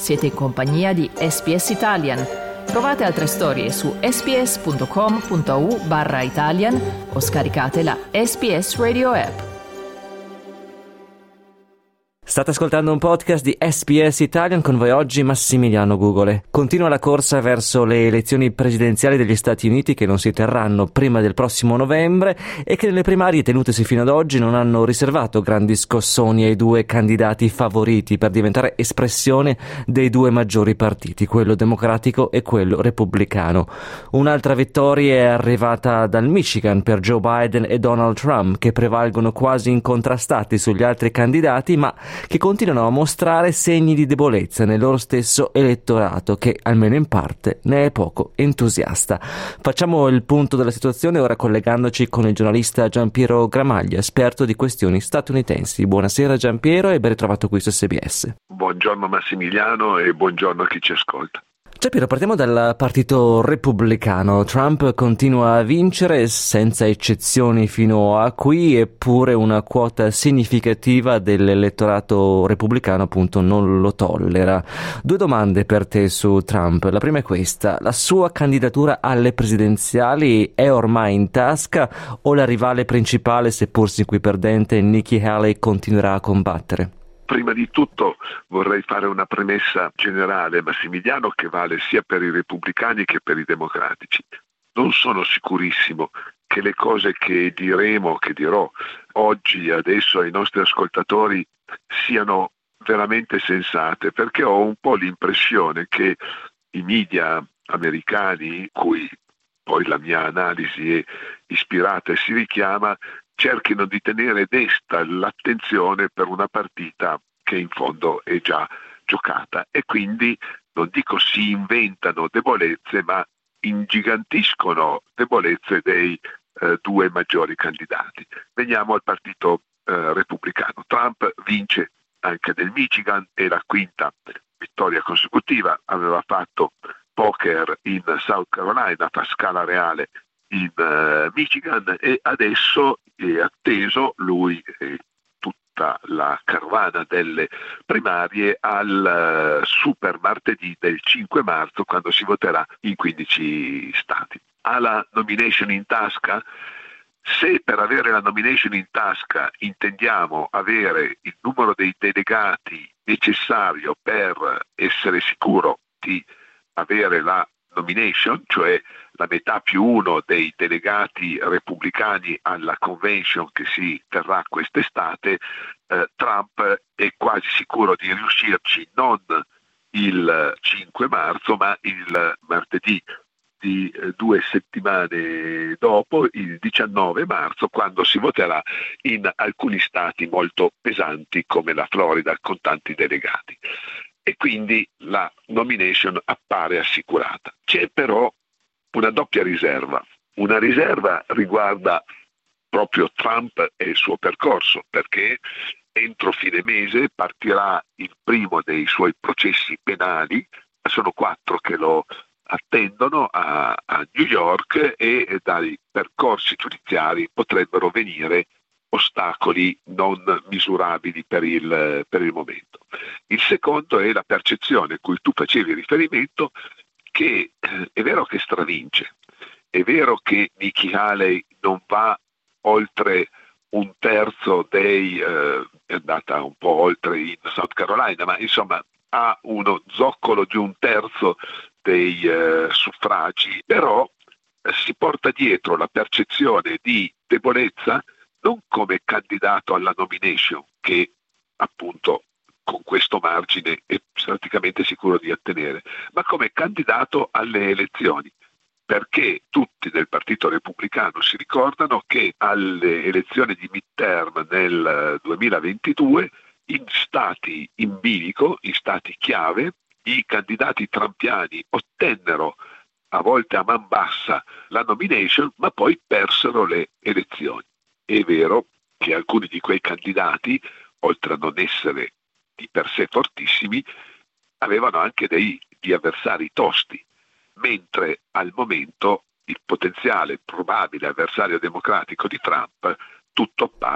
Siete in compagnia di SBS Italian. Trovate altre storie su sbs.com.au/Italian o scaricate la SBS Radio app. State ascoltando un podcast di SBS Italian, con voi oggi Massimiliano Gugole. Continua la corsa verso le elezioni presidenziali degli Stati Uniti che non si terranno prima del prossimo novembre e che nelle primarie tenutesi fino ad oggi non hanno riservato grandi scossoni ai due candidati favoriti per diventare espressione dei due maggiori partiti, quello democratico e quello repubblicano. Un'altra vittoria è arrivata dal Michigan per Joe Biden e Donald Trump, che prevalgono quasi incontrastati sugli altri candidati, ma che continuano a mostrare segni di debolezza nel loro stesso elettorato, che almeno in parte ne è poco entusiasta. Facciamo il punto della situazione ora collegandoci con il giornalista Giampiero Gramaglia, esperto di questioni statunitensi. Buonasera Giampiero e ben ritrovato qui su SBS. Buongiorno Massimiliano e buongiorno a chi ci ascolta. Giampiero, partiamo dal partito repubblicano. Trump continua a vincere senza eccezioni fino a qui, eppure una quota significativa dell'elettorato repubblicano appunto non lo tollera. Due domande per te su Trump. La prima è questa: la sua candidatura alle presidenziali è ormai in tasca o la rivale principale, seppur sin qui perdente, Nikki Haley, continuerà a combattere? Prima di tutto vorrei fare una premessa generale, Massimiliano, che vale sia per i repubblicani che per i democratici. Non sono sicurissimo che le cose che dirò oggi, adesso ai nostri ascoltatori, siano veramente sensate, perché ho un po' l'impressione che i media americani, cui poi la mia analisi è ispirata e si richiama, cerchino di tenere desta l'attenzione per una partita che in fondo è già giocata, e quindi non dico si inventano debolezze, ma ingigantiscono debolezze dei due maggiori candidati. Veniamo al partito repubblicano. Trump vince anche nel Michigan, è la quinta vittoria consecutiva. Aveva fatto poker in South Carolina, fa scala reale in Michigan, e adesso è atteso lui e tutta la carovana delle primarie al super martedì del 5 marzo, quando si voterà in 15 stati. Ha la nomination in tasca? Se per avere la nomination in tasca intendiamo avere il numero dei delegati necessario per essere sicuro di avere la nomination, cioè la metà più uno dei delegati repubblicani alla convention che si terrà quest'estate, Trump è quasi sicuro di riuscirci non il 5 marzo, ma il martedì di 2 settimane dopo, il 19 marzo, quando si voterà in alcuni stati molto pesanti come la Florida con tanti delegati. E quindi la nomination appare assicurata. C'è però una doppia riserva. Una riserva riguarda proprio Trump e il suo percorso, perché entro fine mese partirà il primo dei suoi processi penali. Sono 4 che lo attendono a New York, e dai percorsi giudiziari potrebbero venire ostacoli non misurabili per il momento. Il secondo è la percezione a cui tu facevi riferimento, che è vero che stravince, è vero che Nikki Haley non va oltre un terzo dei, è andata un po' oltre in South Carolina, ma insomma ha uno zoccolo di un terzo dei suffragi, però si porta dietro la percezione di debolezza non come candidato alla nomination, che appunto con questo margine è praticamente sicuro di ottenere, ma come candidato alle elezioni, perché tutti del Partito Repubblicano si ricordano che alle elezioni di midterm nel 2022, in stati in bilico, in stati chiave, i candidati trumpiani ottennero a volte a man bassa la nomination, ma poi persero le elezioni. È vero che alcuni di quei candidati, oltre a non essere di per sé fortissimi, avevano anche degli avversari tosti, mentre al momento il potenziale probabile avversario democratico di Trump tutto appare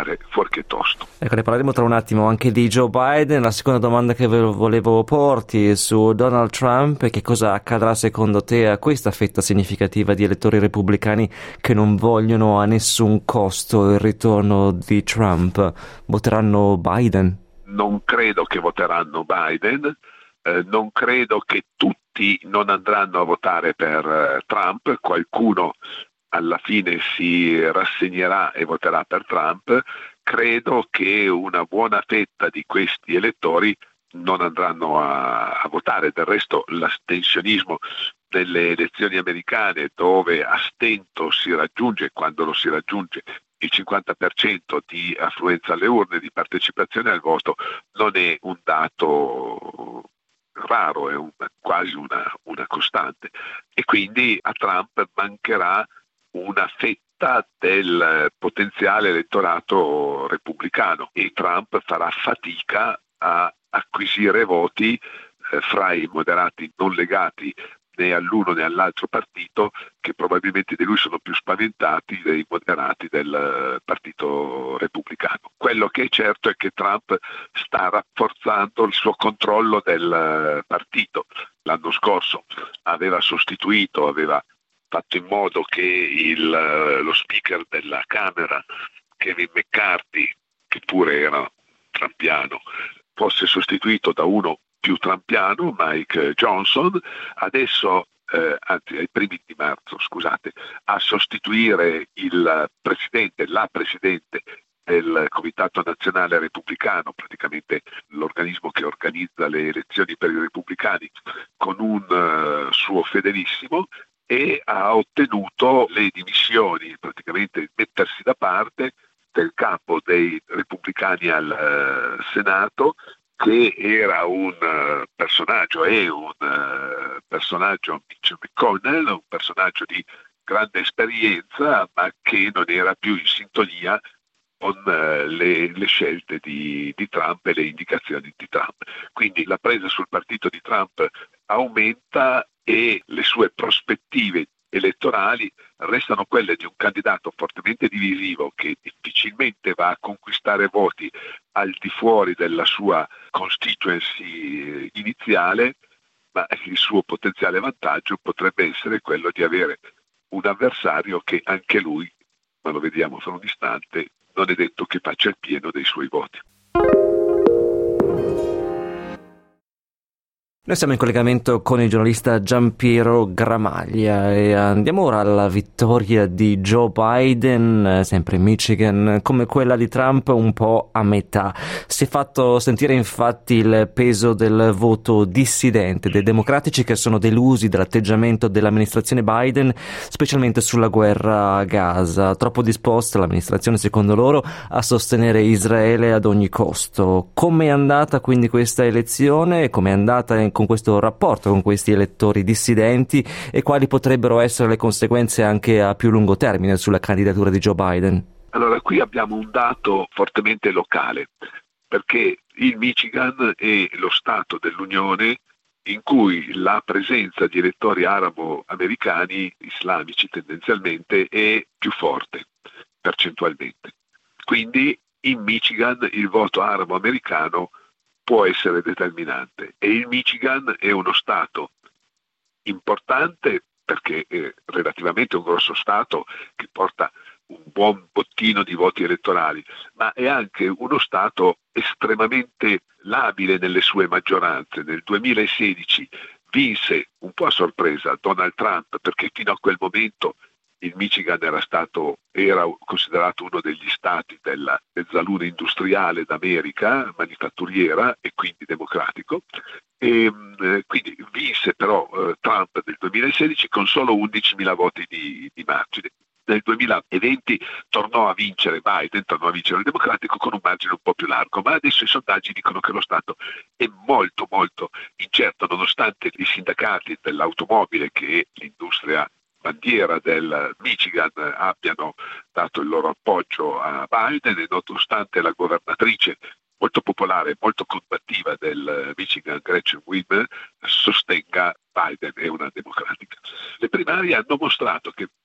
fare fuorché tosto. Ecco, ne parleremo tra un attimo anche di Joe Biden. La seconda domanda che volevo porti su Donald Trump: che cosa accadrà secondo te a questa fetta significativa di elettori repubblicani che non vogliono a nessun costo il ritorno di Trump? Voteranno Biden? Non credo che voteranno Biden, non credo che tutti non andranno a votare per Trump, qualcuno alla fine si rassegnerà e voterà per Trump. Credo che una buona fetta di questi elettori non andranno a votare. Del resto l'astensionismo nelle elezioni americane, dove a stento si raggiunge, quando lo si raggiunge, il 50% di affluenza alle urne, di partecipazione al voto, non è un dato raro, è quasi una costante. E quindi a Trump mancherà una fetta del potenziale elettorato repubblicano e Trump farà fatica a acquisire voti fra i moderati non legati né all'uno né all'altro partito, che probabilmente di lui sono più spaventati dei moderati del partito repubblicano. Quello che è certo è che Trump sta rafforzando il suo controllo del partito. L'anno scorso aveva fatto in modo che lo speaker della Camera, Kevin McCarthy, che pure era trumpiano, fosse sostituito da uno più trumpiano, Mike Johnson. Adesso, anzi ai primi di marzo, a sostituire la presidente del Comitato Nazionale Repubblicano, praticamente l'organismo che organizza le elezioni per i repubblicani, con un suo fedelissimo, e ha ottenuto le dimissioni, praticamente il mettersi da parte del capo dei repubblicani al Senato, che era un personaggio, Mitch McConnell, un personaggio di grande esperienza, ma che non era più in sintonia con le scelte di Trump e le indicazioni di Trump. Quindi la presa sul partito di Trump aumenta e le sue prospettive elettorali restano quelle di un candidato fortemente divisivo, che difficilmente va a conquistare voti al di fuori della sua constituency iniziale, ma il suo potenziale vantaggio potrebbe essere quello di avere un avversario che anche lui, ma lo vediamo fra un istante, non è detto che faccia il pieno dei suoi voti. Noi siamo in collegamento con il giornalista Giampiero Gramaglia e andiamo ora alla vittoria di Joe Biden, sempre in Michigan, come quella di Trump un po' a metà. Si è fatto sentire infatti il peso del voto dissidente dei democratici, che sono delusi dall'atteggiamento dell'amministrazione Biden, specialmente sulla guerra a Gaza, troppo disposta l'amministrazione, secondo loro, a sostenere Israele ad ogni costo. Come è andata quindi questa elezione e come è andata con questo rapporto con questi elettori dissidenti, e quali potrebbero essere le conseguenze anche a più lungo termine sulla candidatura di Joe Biden? Allora, qui abbiamo un dato fortemente locale, perché il Michigan è lo stato dell'Unione in cui la presenza di elettori arabo-americani, islamici tendenzialmente, è più forte percentualmente. Quindi in Michigan il voto arabo-americano può essere determinante, e il Michigan è uno stato importante perché è relativamente un grosso stato che porta un buon bottino di voti elettorali, ma è anche uno stato estremamente labile nelle sue maggioranze. Nel 2016 vinse un po' a sorpresa Donald Trump, perché fino a quel momento il Michigan era considerato uno degli stati della mezzaluna industriale d'America, manifatturiera e quindi democratico, e quindi vinse però Trump nel 2016 con solo 11.000 voti di margine. Nel 2020 tornò a vincere il democratico con un margine un po' più largo, ma adesso i sondaggi dicono che lo Stato è molto molto incerto, nonostante i sindacati dell'automobile, che è l'industria bandiera del Michigan, abbiano dato il loro appoggio a Biden, e nonostante la governatrice molto popolare, molto combattiva del Michigan, Gretchen Whitmer, sostenga Biden e una democratica. Le primarie hanno mostrato che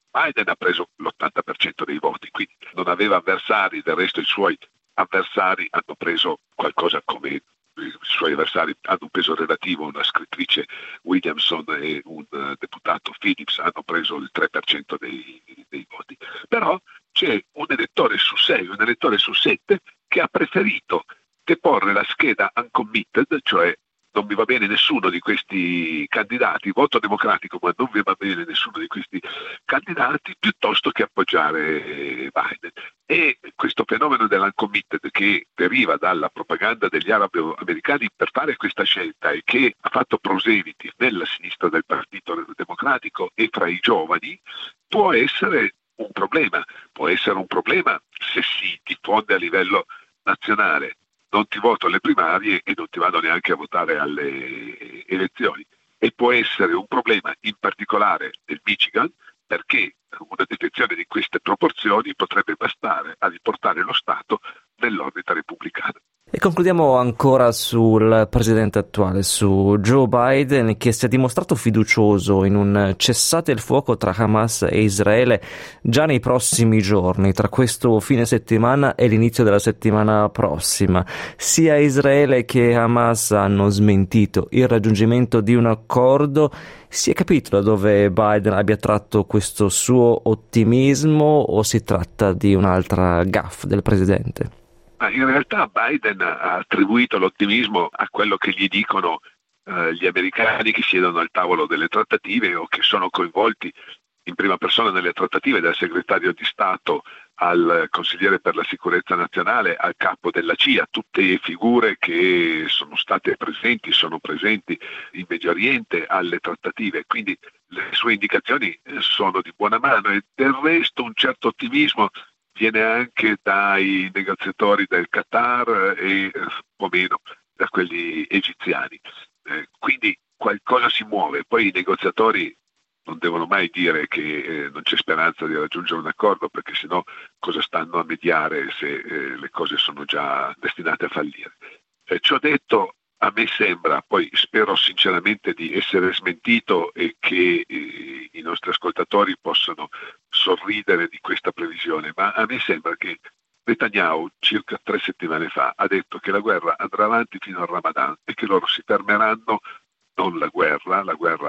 Biden ha preso l'80% dei voti, quindi non aveva avversari, del resto i suoi avversari hanno preso qualcosa come i suoi avversari hanno un peso relativo, una scrittrice Williamson e un deputato Phillips hanno preso il 3% dei voti. Però c'è un elettore su 6, un elettore su 7 che ha preferito deporre la scheda uncommitted, cioè non mi va bene nessuno di questi candidati, voto democratico ma non vi va bene nessuno di questi candidati, piuttosto che appoggiare Biden. E questo fenomeno dell'uncommitted, che deriva dalla propaganda degli arabo-americani per fare questa scelta e che ha fatto proseliti nella sinistra del Partito Democratico e fra i giovani, può essere un problema. Può essere un problema se si diffonde a livello nazionale. Non ti voto alle primarie e non ti vado neanche a votare alle elezioni. E può essere un problema in particolare nel Michigan, perché una defezione di queste proporzioni potrebbe bastare a riportare lo Stato nell'orbita repubblicana. E concludiamo ancora sul presidente attuale, su Joe Biden, che si è dimostrato fiducioso in un cessate il fuoco tra Hamas e Israele già nei prossimi giorni, tra questo fine settimana e l'inizio della settimana prossima. Sia Israele che Hamas hanno smentito il raggiungimento di un accordo. Si è capito da dove Biden abbia tratto questo suo ottimismo o si tratta di un'altra gaffe del presidente? In realtà Biden ha attribuito l'ottimismo a quello che gli dicono gli americani che siedono al tavolo delle trattative o che sono coinvolti in prima persona nelle trattative, dal segretario di Stato al consigliere per la sicurezza nazionale, al capo della CIA, tutte figure che sono state presenti, sono presenti in Medio Oriente alle trattative. Quindi le sue indicazioni sono di buona mano e del resto un certo ottimismo viene anche dai negoziatori del Qatar e un po' meno da quelli egiziani. Quindi qualcosa si muove. Poi i negoziatori non devono mai dire che non c'è speranza di raggiungere un accordo, perché sennò cosa stanno a mediare se le cose sono già destinate a fallire. Ciò detto, a me sembra, poi spero sinceramente di essere smentito e che i nostri ascoltatori possano sorridere di questa previsione, ma a me sembra che Netanyahu circa 3 settimane fa ha detto che la guerra andrà avanti fino al Ramadan e che loro si fermeranno, non la guerra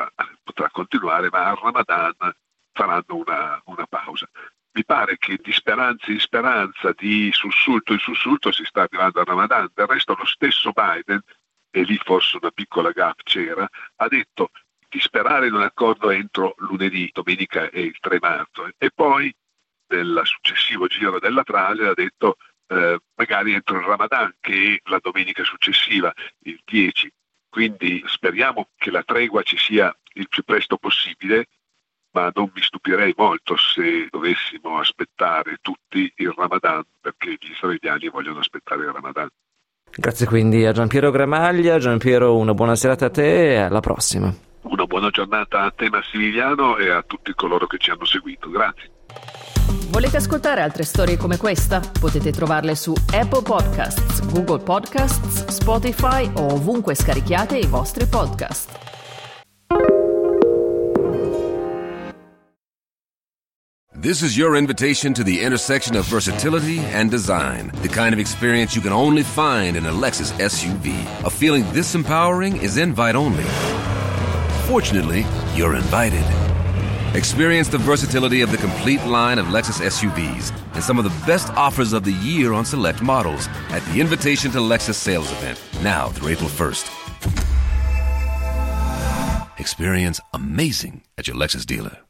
potrà continuare, ma al Ramadan faranno una pausa. Mi pare che di speranza in speranza, di sussulto in sussulto si sta arrivando al Ramadan. Del resto lo stesso Biden, e lì forse una piccola gaffe c'era, ha detto di sperare in un accordo entro lunedì, domenica e il 3 marzo e poi nel successivo giro della frase ha detto magari entro il Ramadan, che è la domenica successiva, il 10. Quindi speriamo che la tregua ci sia il più presto possibile, ma non mi stupirei molto se dovessimo aspettare tutti il Ramadan, perché gli israeliani vogliono aspettare il Ramadan. Grazie quindi a Giampiero Gramaglia. Giampiero, una buona serata a te e alla prossima. Una buona giornata a te Massimiliano e a tutti coloro che ci hanno seguito. Grazie. Volete ascoltare altre storie come questa? Potete trovarle su Apple Podcasts, Google Podcasts, Spotify o ovunque scarichiate i vostri podcast. This is your invitation to the intersection of versatility and design. The kind of experience you can only find in a Lexus SUV. A feeling this empowering is invite only. Fortunately, you're invited. Experience the versatility of the complete line of Lexus SUVs and some of the best offers of the year on select models at the Invitation to Lexus sales event, now through April 1st. Experience amazing at your Lexus dealer.